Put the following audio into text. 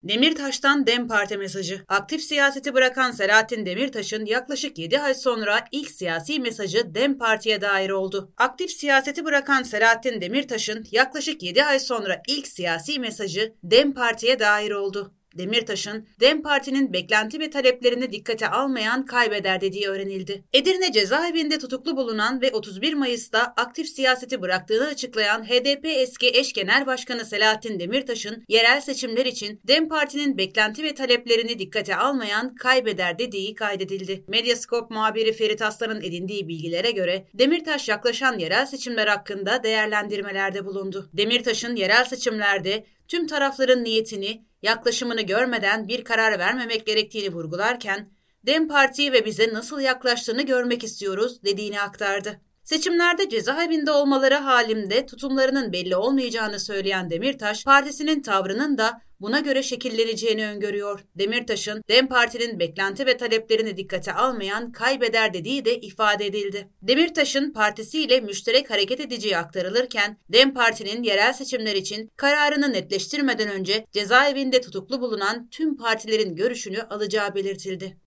Demirtaş'tan DEM Parti mesajı. Aktif siyaseti bırakan Selahattin Demirtaş'ın yaklaşık 7 ay sonra ilk siyasi mesajı DEM Parti'ye dair oldu. Aktif siyaseti bırakan Selahattin Demirtaş'ın yaklaşık 7 ay sonra ilk siyasi mesajı DEM Parti'ye dair oldu. Demirtaş'ın DEM Parti'nin beklenti ve taleplerini dikkate almayan kaybeder dediği öğrenildi. Edirne cezaevinde tutuklu bulunan ve 31 Mayıs'ta aktif siyaseti bıraktığını açıklayan HDP eski eş genel başkanı Selahattin Demirtaş'ın yerel seçimler için DEM Parti'nin beklenti ve taleplerini dikkate almayan kaybeder dediği kaydedildi. Medyaskop muhabiri Ferit Aslan'ın edindiği bilgilere göre Demirtaş yaklaşan yerel seçimler hakkında değerlendirmelerde bulundu. Demirtaş'ın yerel seçimlerde tüm tarafların niyetini, yaklaşımını görmeden bir karar vermemek gerektiğini vurgularken, DEM Parti'yi ve bize nasıl yaklaştığını görmek istiyoruz dediğini aktardı. Seçimlerde cezaevinde olmaları halinde tutumlarının belli olmayacağını söyleyen Demirtaş, partisinin tavrının da buna göre şekilleneceğini öngörüyor. Demirtaş'ın DEM Parti'nin beklenti ve taleplerini dikkate almayan kaybeder dediği de ifade edildi. Demirtaş'ın partisiyle müşterek hareket edeceği aktarılırken, DEM Parti'nin yerel seçimler için kararını netleştirmeden önce cezaevinde tutuklu bulunan tüm partilerin görüşünü alacağı belirtildi.